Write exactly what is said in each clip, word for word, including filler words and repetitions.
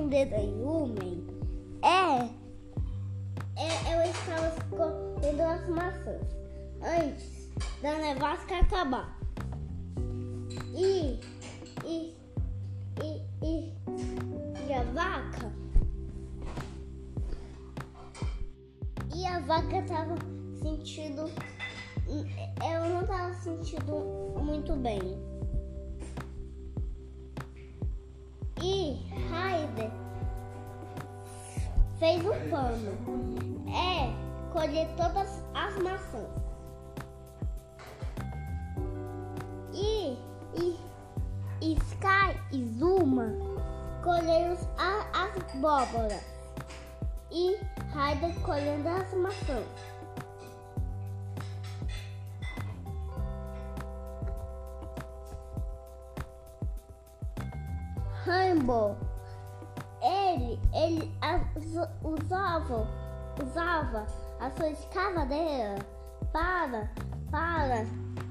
esconder da Yumen é, é ela estava escondendo as maçãs antes da nevasca acabar. E, e, e, e, e a vaca e a vaca estava sentindo, ela não estava sentindo muito bem. E Ryder fez um plano, é colher todas as maçãs. E, e, e Sky e Zuma colheram as, as abóboras. E Ryder colhendo as maçãs. Rainbow, ele, ele usava, usava a sua escavadeira para, para,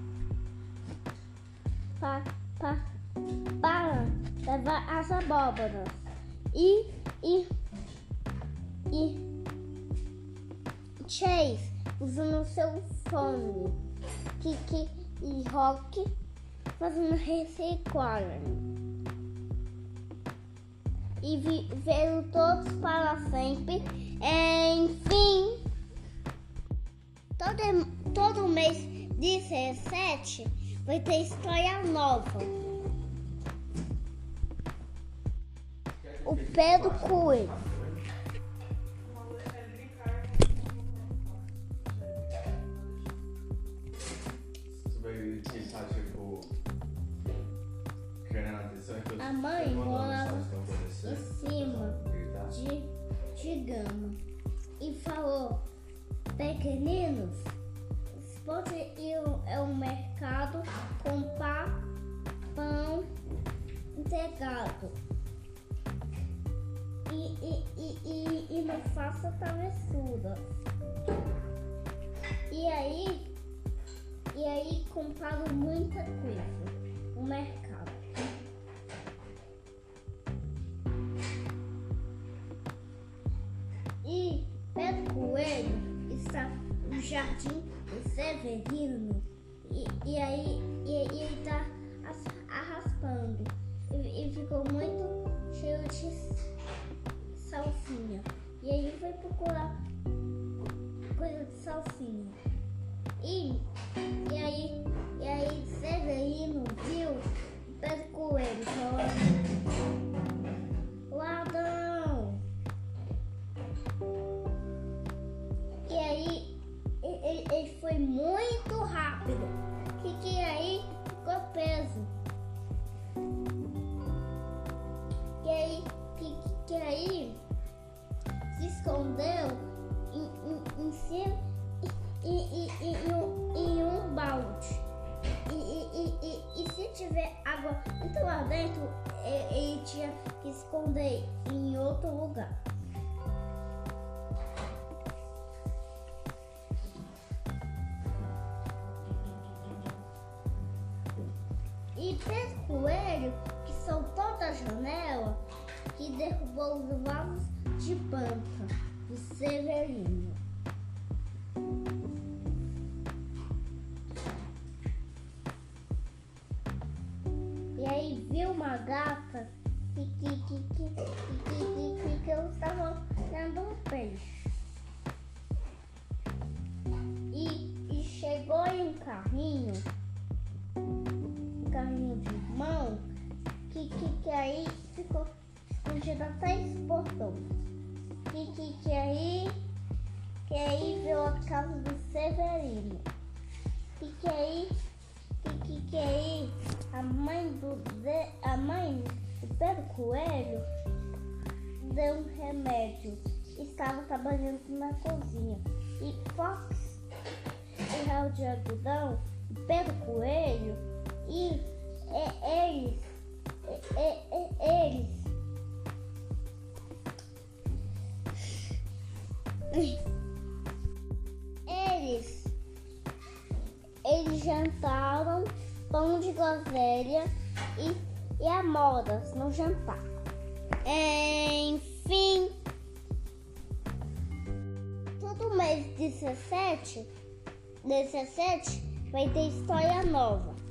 para, para, para levar as abóboras. E, e, e Chase usando seu fone, Kiki e Rock fazendo reciclagem. E viveram todos para sempre. Enfim, todo, todo mês dezessete vai ter história nova. O Pedro Coelho. A mãe morava em cima de, de gama e falou: pequeninos, podem ir ao mercado comprar pão integrado e, e, e, e, e não faça travessuras. E aí, e aí compraram muita coisa no mercado. E Pedro Coelho está no jardim do Severino e, e aí e, e ele está arraspando e, e ficou muito cheio de salsinha. E aí foi procurar coisa de salsinha. E, e aí e aí Severino viu Pedro Coelho falando: ladrão! E aí ele, ele foi muito rápido, que, que aí ficou preso. E aí, que, que aí se escondeu em, em, em cima e, e, e, e, um, em um balde. E, e, e, e se tiver água muito lá dentro, ele, ele tinha que esconder em outro lugar. E Pedro Coelho, que soltou da janela, que derrubou os vasos de planta do Severino. E aí viu uma gata que, que, que, que, que, que, que, que eu estava olhando um peixe. E, e chegou em um carrinho. carrinho de mão que, que, que aí ficou escondido até esse portão. Que, que, que aí que aí veio a casa do Severino. Que, que aí que, que, que aí a mãe do a mãe do Pedro Coelho deu um remédio. Estava trabalhando na cozinha. E Fox e Raul de Algodão, Pedro Coelho e é, eles, é, é, eles, eles, eles jantaram pão de groselha e, e amoras no jantar. Enfim, todo mês dezessete, dezessete vai ter história nova.